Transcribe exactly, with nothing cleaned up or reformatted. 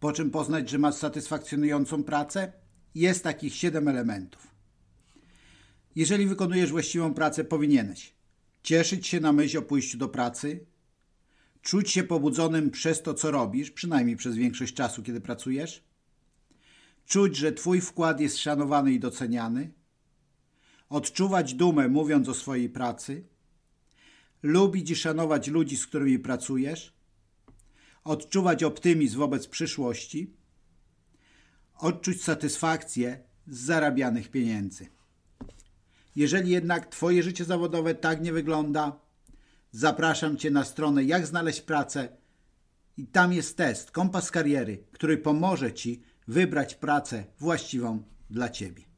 Po czym poznać, że masz satysfakcjonującą pracę? Jest takich siedem elementów. Jeżeli wykonujesz właściwą pracę, powinieneś cieszyć się na myśl o pójściu do pracy, czuć się pobudzonym przez to, co robisz, przynajmniej przez większość czasu, kiedy pracujesz, czuć, że twój wkład jest szanowany i doceniany, odczuwać dumę, mówiąc o swojej pracy, lubić i szanować ludzi, z którymi pracujesz, odczuwać optymizm wobec przyszłości, odczuć satysfakcję z zarabianych pieniędzy. Jeżeli jednak twoje życie zawodowe tak nie wygląda, zapraszam cię na stronę Jak znaleźć pracę i tam jest test, kompas kariery, który pomoże ci wybrać pracę właściwą dla ciebie.